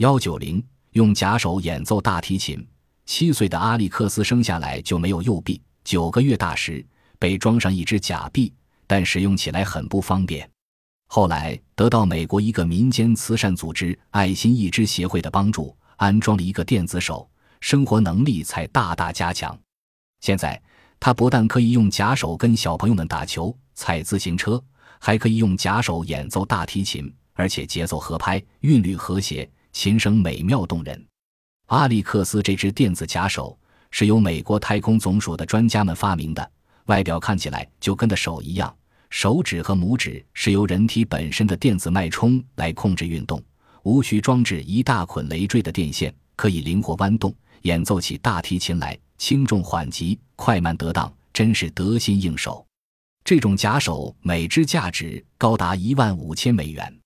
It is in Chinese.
190用假手演奏大提琴，7岁的阿历克斯生下来就没有右臂，9个月大时被装上一只假臂，但使用起来很不方便。后来得到美国一个民间慈善组织爱心义肢协会的帮助，安装了一个电子手，生活能力才大大加强。现在他不但可以用假手跟小朋友们打球、踩自行车，还可以用假手演奏大提琴，而且节奏合拍，韵律和谐，琴声美妙动人。阿历克斯这只电子假手是由美国太空总署的专家们发明的，外表看起来就跟的手一样，手指和拇指是由人体本身的电子脉冲来控制运动，无需装置一大捆累赘的电线，可以灵活弯动，演奏起大提琴来轻重缓急，快慢得当，真是得心应手。这种假手每只价值高达15000美元。